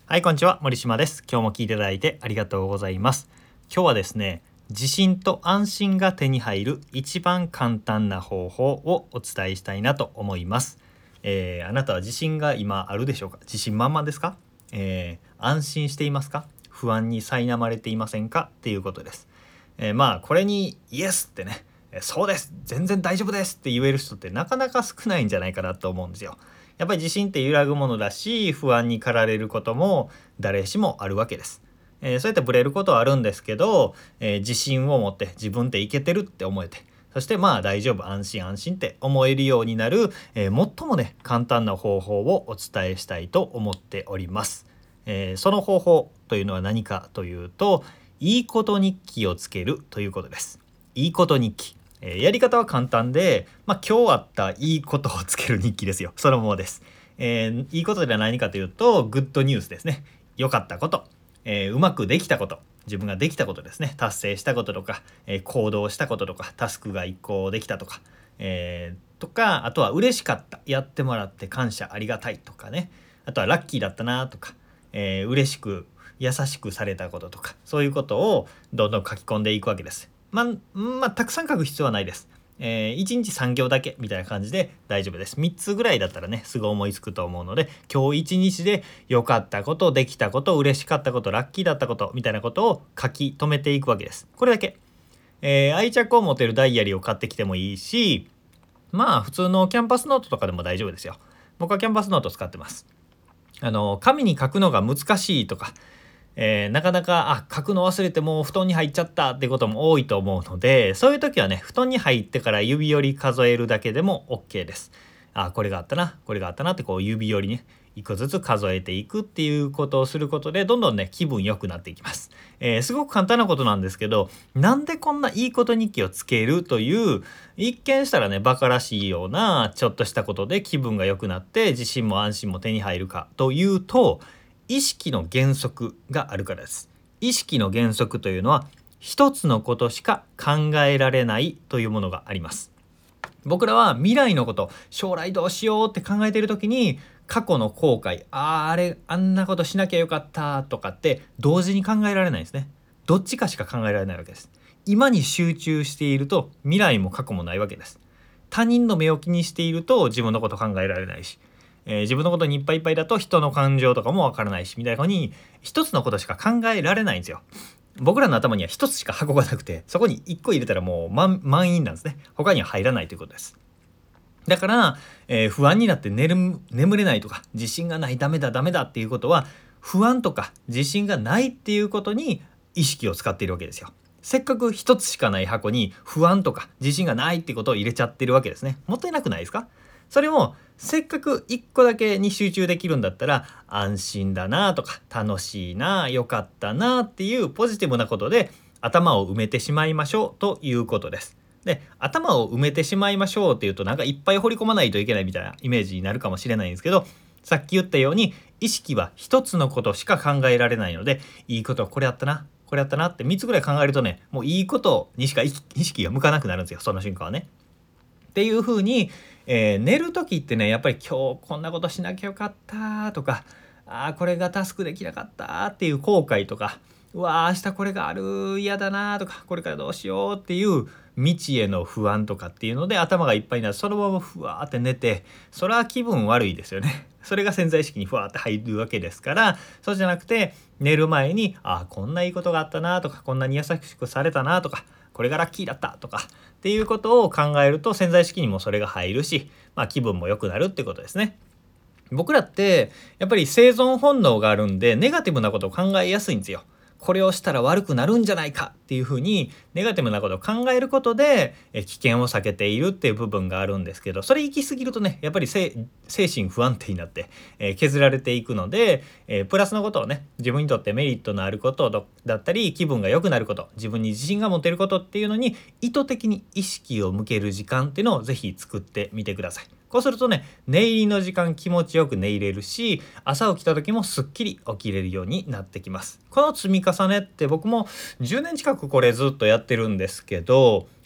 はい、こんにちは。森島です。今日も聞いていただいてありがとうございます。今日はですね、自信と安心が手に入る一番簡単な方法をお伝えしたいなと思います。あなたは自信が今あるでしょうか？自信満々ですか？安心していますか？不安に苛まれていませんかっていうことです。これにイエスってね、そうです、全然大丈夫ですって言える人ってなかなか少ないんじゃないかなと思うんですよ。やっぱり自信って揺らぐものだし、不安に駆られることも誰しもあるわけです。そうやってブレることはあるんですけど、自信を持って自分っていけてるって思えて、そして大丈夫、安心安心って思えるようになる、最もね簡単な方法をお伝えしたいと思っております。その方法というのは何かというと、いいこと日記をつけるということです。いいこと日記。やり方は簡単で、今日あったいいことをつける日記ですよ。そのままです。いいことでは何かというと、グッドニュースですね。良かったこと、うまくできたこと、自分ができたことですね。達成したこととか、行動したこととか、タスクが一個できたとか、あとは嬉しかった、やってもらって感謝ありがたいとかね。あとはラッキーだったなとか、嬉しく優しくされたこととか、そういうことをどんどん書き込んでいくわけです。たくさん書く必要はないです。1日3行だけみたいな感じで大丈夫です。3つぐらいだったらねすぐ思いつくと思うので、今日1日で良かったこと、できたこと、嬉しかったこと、ラッキーだったことみたいなことを書き留めていくわけです。これだけ。愛着を持てるダイアリーを買ってきてもいいし、普通のキャンパスノートとかでも大丈夫ですよ。僕はキャンパスノート使ってます。紙に書くのが難しいとか、なかなか書くの忘れてもう布団に入っちゃったってことも多いと思うので、そういう時はね布団に入ってから指折り数えるだけでも OK です。これがあったな、これがあったなってこう指折りね一個ずつ数えていくっていうことをすることでどんどんね気分良くなっていきます。すごく簡単なことなんですけど、なんでこんないいこと日記をつけるという一見したらねバカらしいようなちょっとしたことで気分が良くなって自信も安心も手に入るかというと、意識の原則があるからです。意識の原則というのは一つのことしか考えられないというものがあります。僕らは未来のこと、将来どうしようって考えている時に過去の後悔、あんなことしなきゃよかったとかって同時に考えられないですね。どっちかしか考えられないわけです。今に集中していると未来も過去もないわけです。他人の目を気にしていると自分のこと考えられないし、自分のことにいっぱいいっぱいだと人の感情とかもわからないしみたいな風に一つのことしか考えられないんですよ。僕らの頭には一つしか箱がなくて、そこに一個入れたらもう満員なんですね。他には入らないということです。だから、不安になって眠れないとか自信がない、ダメだダメだっていうことは、不安とか自信がないっていうことに意識を使っているわけですよ。せっかく一つしかない箱に不安とか自信がないっていうことを入れちゃってるわけですね。もったいなくないですか？それもせっかく一個だけに集中できるんだったら、安心だなとか楽しいな、良かったなっていうポジティブなことで頭を埋めてしまいましょうということです。で、頭を埋めてしまいましょうっていうとなんかいっぱい掘り込まないといけないみたいなイメージになるかもしれないんですけど、さっき言ったように意識は一つのことしか考えられないので、いいことこれやったな、これやったなって3つぐらい考えるとね、もういいことにしか意識が向かなくなるんですよ、その瞬間はね。っていう風に、寝る時ってねやっぱり今日こんなことしなきゃよかったとか、これがタスクできなかったっていう後悔とか、うわ明日これがある嫌だなとか、これからどうしようっていう未知への不安とかっていうので頭がいっぱいになる。そのままふわーって寝て、それは気分悪いですよね。それが潜在意識にふわーって入るわけですから、そうじゃなくて寝る前にこんないいことがあったなとか、こんなに優しくされたなとか、これがラッキーだったとかっていうことを考えると潜在意識にもそれが入るし、気分も良くなるってことですね。僕らってやっぱり生存本能があるんでネガティブなことを考えやすいんですよ。これをしたら悪くなるんじゃないかっていうふうにネガティブなことを考えることで危険を避けているっていう部分があるんですけど、それ行き過ぎるとねやっぱり精神不安定になって、削られていくので、プラスのことをね自分にとってメリットのあることだったり気分が良くなること、自分に自信が持てることっていうのに意図的に意識を向ける時間っていうのをぜひ作ってみてください。こうするとね寝入りの時間気持ちよく寝入れるし、朝起きた時もすっきり起きれるようになってきます。この積み重ねって僕も10年近くこれずっとやってるんですけど、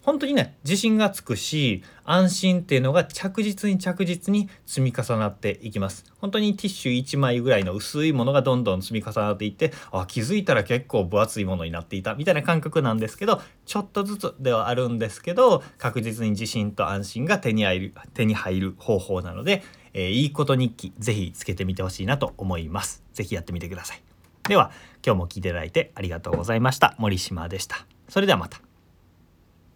本当にね自信がつくし、安心っていうのが着実に積み重なっていきます。本当にティッシュ1枚ぐらいの薄いものがどんどん積み重なっていって、気づいたら結構分厚いものになっていたみたいな感覚なんですけど、ちょっとずつではあるんですけど、確実に自信と安心が手に入る方法なので、いいこと日記ぜひつけてみてほしいなと思います。ぜひやってみてください。では今日も聞いていただいてありがとうございました。森島でした。それではまた。